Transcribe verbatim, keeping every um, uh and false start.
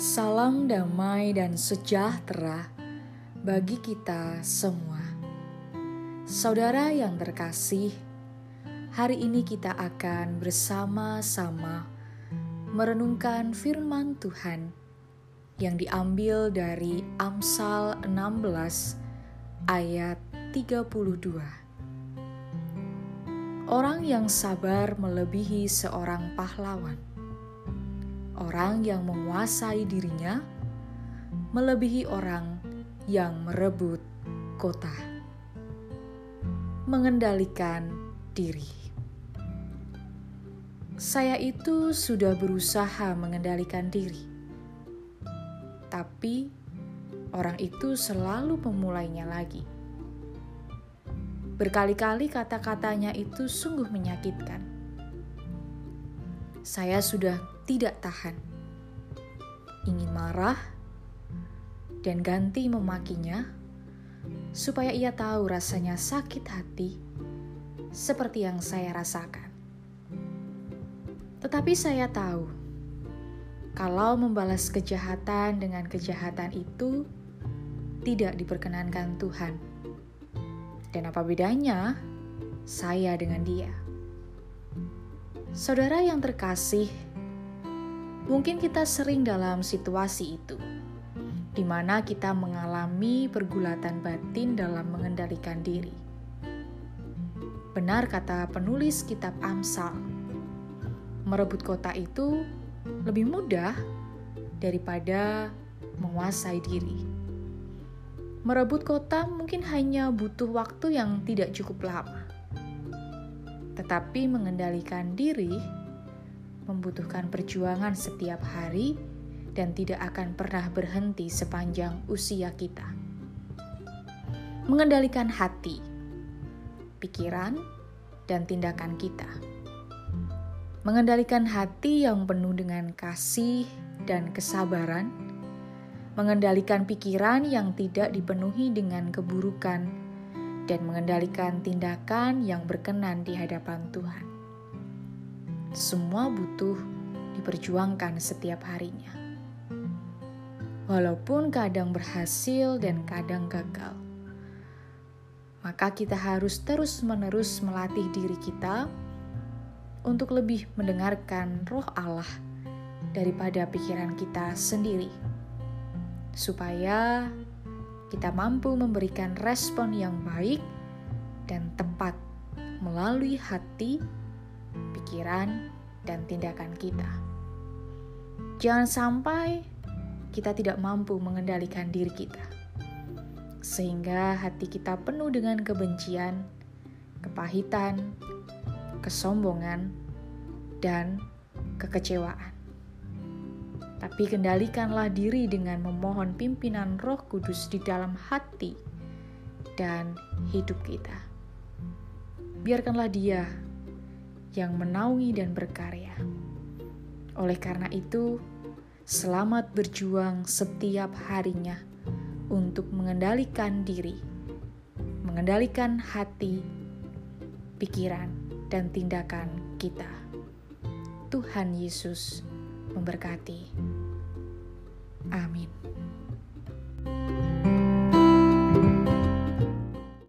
Salam damai dan sejahtera bagi kita semua. Saudara yang terkasih, hari ini kita akan bersama-sama merenungkan firman Tuhan yang diambil dari Amsal enam belas ayat tiga puluh dua. Orang yang sabar melebihi seorang pahlawan. Orang yang menguasai dirinya melebihi orang yang merebut kota. Mengendalikan diri. Saya itu sudah berusaha mengendalikan diri, tapi orang itu selalu memulainya lagi. Berkali-kali kata-katanya itu sungguh menyakitkan. Saya sudah tidak tahan, ingin marah dan ganti memakinya, supaya ia tahu rasanya sakit hati seperti yang saya rasakan. Tetapi saya tahu, kalau membalas kejahatan dengan kejahatan itu tidak diperkenankan Tuhan. Dan apa bedanya saya dengan dia? Saudara yang terkasih, mungkin kita sering dalam situasi itu, di mana kita mengalami pergulatan batin dalam mengendalikan diri. Benar kata penulis kitab Amsal, merebut kota itu lebih mudah daripada menguasai diri. Merebut kota mungkin hanya butuh waktu yang tidak cukup lama. Tetapi mengendalikan diri membutuhkan perjuangan setiap hari dan tidak akan pernah berhenti sepanjang usia kita. Mengendalikan hati, pikiran, dan tindakan kita. Mengendalikan hati yang penuh dengan kasih dan kesabaran. Mengendalikan pikiran yang tidak dipenuhi dengan keburukan, dan mengendalikan tindakan yang berkenan di hadapan Tuhan. Semua butuh diperjuangkan setiap harinya. Walaupun kadang berhasil dan kadang gagal, maka kita harus terus-menerus melatih diri kita untuk lebih mendengarkan roh Allah daripada pikiran kita sendiri, supaya kita mampu memberikan respon yang baik dan tepat melalui hati, pikiran, dan tindakan kita. Jangan sampai kita tidak mampu mengendalikan diri kita, sehingga hati kita penuh dengan kebencian, kepahitan, kesombongan, dan kekecewaan. Tapi kendalikanlah diri dengan memohon pimpinan Roh Kudus di dalam hati dan hidup kita. Biarkanlah Dia yang menaungi dan berkarya. Oleh karena itu, selamat berjuang setiap harinya untuk mengendalikan diri, mengendalikan hati, pikiran, dan tindakan kita. Tuhan Yesus memberkati. Amin.